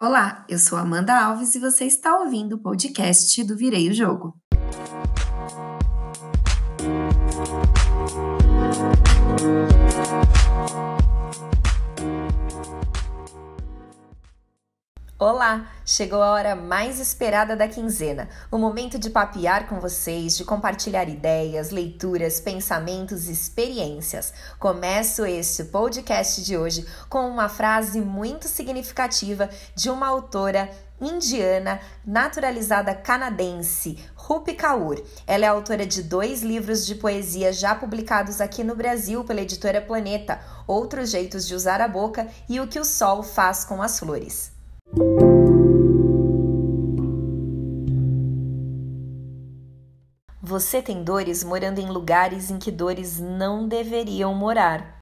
Olá, eu sou Amanda Alves e você está ouvindo o podcast do Virei o Jogo. Olá! Chegou a hora mais esperada da quinzena, o momento de papear com vocês, de compartilhar ideias, leituras, pensamentos e experiências. Começo este podcast de hoje com uma frase muito significativa de uma autora indiana, naturalizada canadense, Rupi Kaur. Ela é autora de 2 livros de poesia já publicados aqui no Brasil pela editora Planeta, Outros Jeitos de Usar a Boca e O que o Sol Faz com as Flores. Você tem dores morando em lugares em que dores não deveriam morar.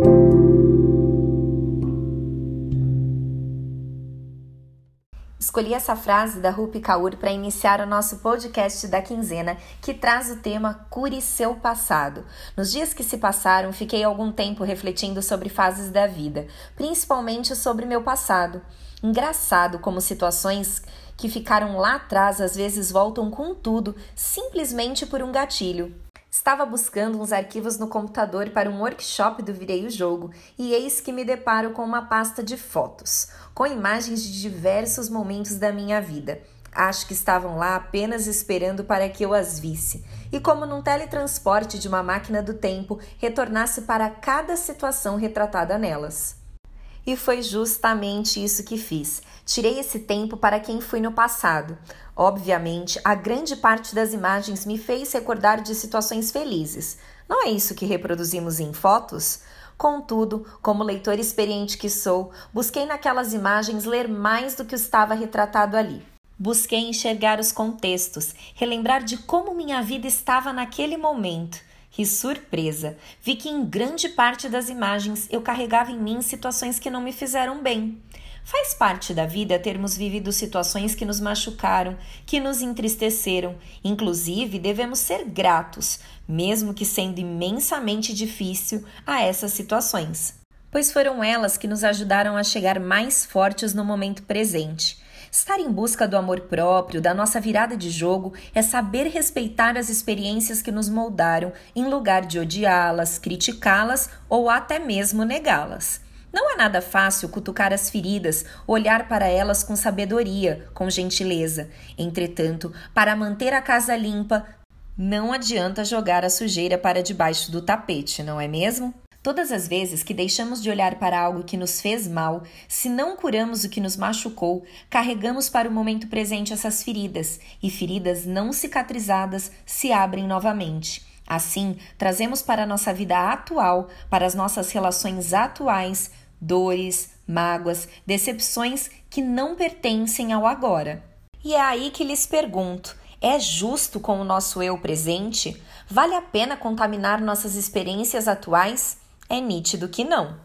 Escolhi essa frase da Rupi Kaur para iniciar o nosso podcast da quinzena, que traz o tema Cure seu passado. Nos dias que se passaram, fiquei algum tempo refletindo sobre fases da vida, principalmente sobre meu passado. Engraçado como situações que ficaram lá atrás às vezes voltam com tudo, simplesmente por um gatilho. Estava buscando uns arquivos no computador para um workshop do Virei o Jogo e eis que me deparo com uma pasta de fotos, com imagens de diversos momentos da minha vida. Acho que estavam lá apenas esperando para que eu as visse e, como num teletransporte de uma máquina do tempo, retornasse para cada situação retratada nelas. E foi justamente isso que fiz. Tirei esse tempo para quem fui no passado. Obviamente, a grande parte das imagens me fez recordar de situações felizes. Não é isso que reproduzimos em fotos? Contudo, como leitora experiente que sou, busquei naquelas imagens ler mais do que estava retratado ali. Busquei enxergar os contextos, relembrar de como minha vida estava naquele momento. Que surpresa! Vi que em grande parte das imagens eu carregava em mim situações que não me fizeram bem. Faz parte da vida termos vivido situações que nos machucaram, que nos entristeceram. Inclusive, devemos ser gratos, mesmo que sendo imensamente difícil, a essas situações. Pois foram elas que nos ajudaram a chegar mais fortes no momento presente. Estar em busca do amor próprio, da nossa virada de jogo, é saber respeitar as experiências que nos moldaram, em lugar de odiá-las, criticá-las ou até mesmo negá-las. Não é nada fácil cutucar as feridas, olhar para elas com sabedoria, com gentileza. Entretanto, para manter a casa limpa, não adianta jogar a sujeira para debaixo do tapete, não é mesmo? Todas as vezes que deixamos de olhar para algo que nos fez mal, se não curamos o que nos machucou, carregamos para o momento presente essas feridas, e feridas não cicatrizadas se abrem novamente. Assim, trazemos para a nossa vida atual, para as nossas relações atuais, dores, mágoas, decepções que não pertencem ao agora. E é aí que lhes pergunto: é justo com o nosso eu presente? Vale a pena contaminar nossas experiências atuais? É nítido que não.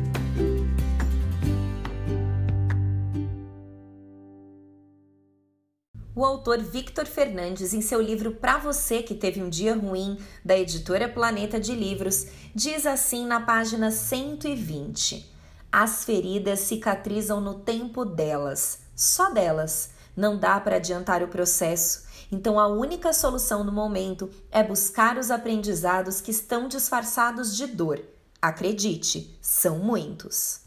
O autor Victor Fernandes, em seu livro Pra Você que Teve um Dia Ruim, da editora Planeta de Livros, diz assim na página 120: as feridas cicatrizam no tempo delas, só delas. Não dá para adiantar o processo. Então, a única solução no momento é buscar os aprendizados que estão disfarçados de dor. Acredite, são muitos.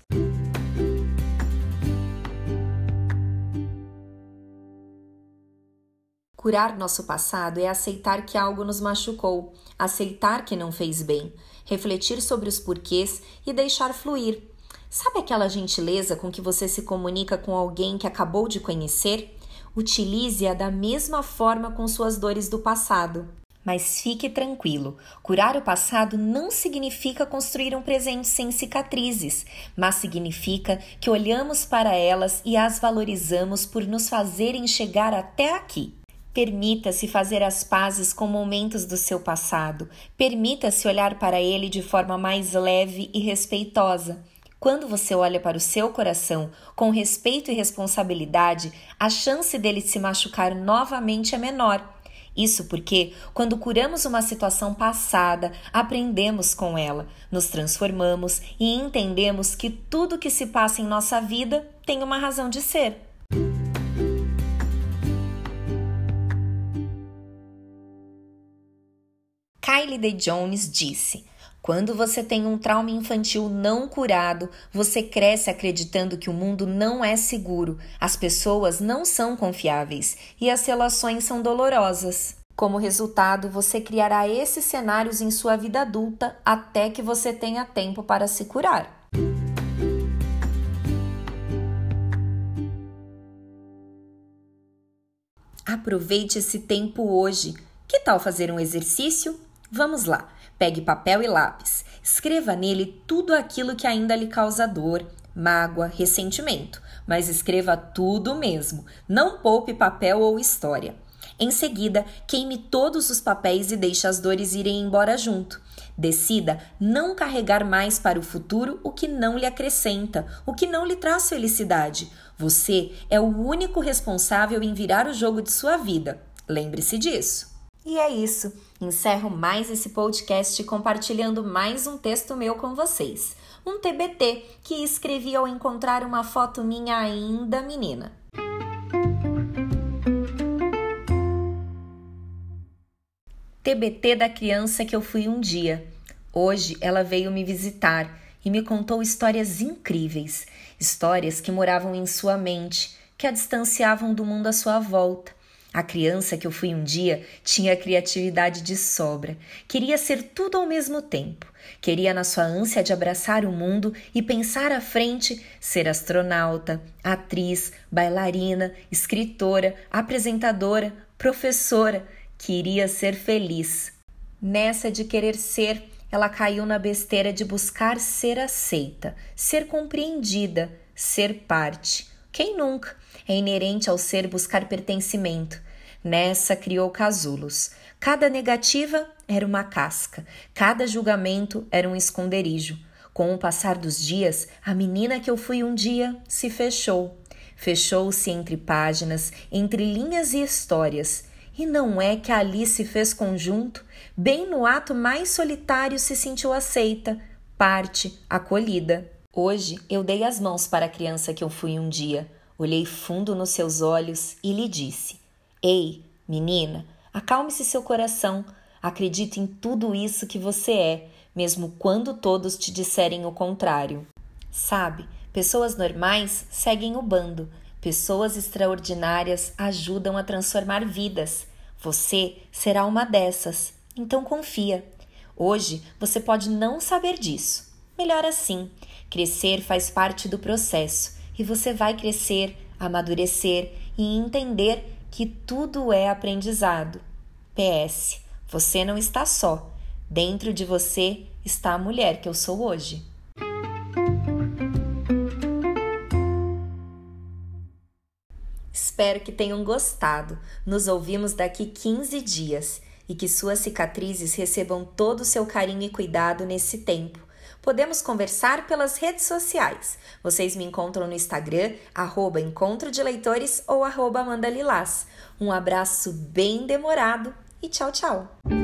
Curar nosso passado é aceitar que algo nos machucou, aceitar que não fez bem, refletir sobre os porquês e deixar fluir. Sabe aquela gentileza com que você se comunica com alguém que acabou de conhecer? Utilize-a da mesma forma com suas dores do passado. Mas fique tranquilo, curar o passado não significa construir um presente sem cicatrizes, mas significa que olhamos para elas e as valorizamos por nos fazerem chegar até aqui. Permita-se fazer as pazes com momentos do seu passado, permita-se olhar para ele de forma mais leve e respeitosa. Quando você olha para o seu coração com respeito e responsabilidade, a chance dele se machucar novamente é menor. Isso porque, quando curamos uma situação passada, aprendemos com ela, nos transformamos e entendemos que tudo que se passa em nossa vida tem uma razão de ser. Kylie Day Jones disse: quando você tem um trauma infantil não curado, você cresce acreditando que o mundo não é seguro, as pessoas não são confiáveis e as relações são dolorosas. Como resultado, você criará esses cenários em sua vida adulta até que você tenha tempo para se curar. Aproveite esse tempo hoje. Que tal fazer um exercício? Vamos lá, pegue papel e lápis, escreva nele tudo aquilo que ainda lhe causa dor, mágoa, ressentimento, mas escreva tudo mesmo, não poupe papel ou história. Em seguida, queime todos os papéis e deixe as dores irem embora junto. Decida não carregar mais para o futuro o que não lhe acrescenta, o que não lhe traz felicidade. Você é o único responsável em virar o jogo de sua vida. Lembre-se disso. E é isso. Encerro mais esse podcast compartilhando mais um texto meu com vocês. Um TBT que escrevi ao encontrar uma foto minha ainda menina. TBT da criança que eu fui um dia. Hoje ela veio me visitar e me contou histórias incríveis. Histórias que moravam em sua mente, que a distanciavam do mundo à sua volta. A criança que eu fui um dia tinha criatividade de sobra, queria ser tudo ao mesmo tempo, queria na sua ânsia de abraçar o mundo e pensar à frente ser astronauta, atriz, bailarina, escritora, apresentadora, professora, queria ser feliz. Nessa de querer ser, ela caiu na besteira de buscar ser aceita, ser compreendida, ser parte. Quem nunca? É inerente ao ser buscar pertencimento. Nessa criou casulos. Cada negativa era uma casca, cada julgamento era um esconderijo. Com o passar dos dias, a menina que eu fui um dia se fechou. Fechou-se entre páginas, entre linhas e histórias. E não é que ali se fez conjunto? Bem no ato mais solitário se sentiu aceita, parte, acolhida. Hoje eu dei as mãos para a criança que eu fui um dia. Olhei fundo nos seus olhos e lhe disse: ei, menina, acalme-se seu coração. Acredite em tudo isso que você é, mesmo quando todos te disserem o contrário. Sabe, pessoas normais seguem o bando. Pessoas extraordinárias ajudam a transformar vidas. Você será uma dessas, então confia. Hoje você pode não saber disso. Melhor assim. Crescer faz parte do processo e você vai crescer, amadurecer e entender que tudo é aprendizado. PS, você não está só. Dentro de você está a mulher que eu sou hoje. Espero que tenham gostado. Nos ouvimos daqui 15 dias e que suas cicatrizes recebam todo o seu carinho e cuidado nesse tempo. Podemos conversar pelas redes sociais. Vocês me encontram no Instagram, @encontroDeLeitores ou @AmandaLilás. Um abraço bem demorado e tchau, tchau!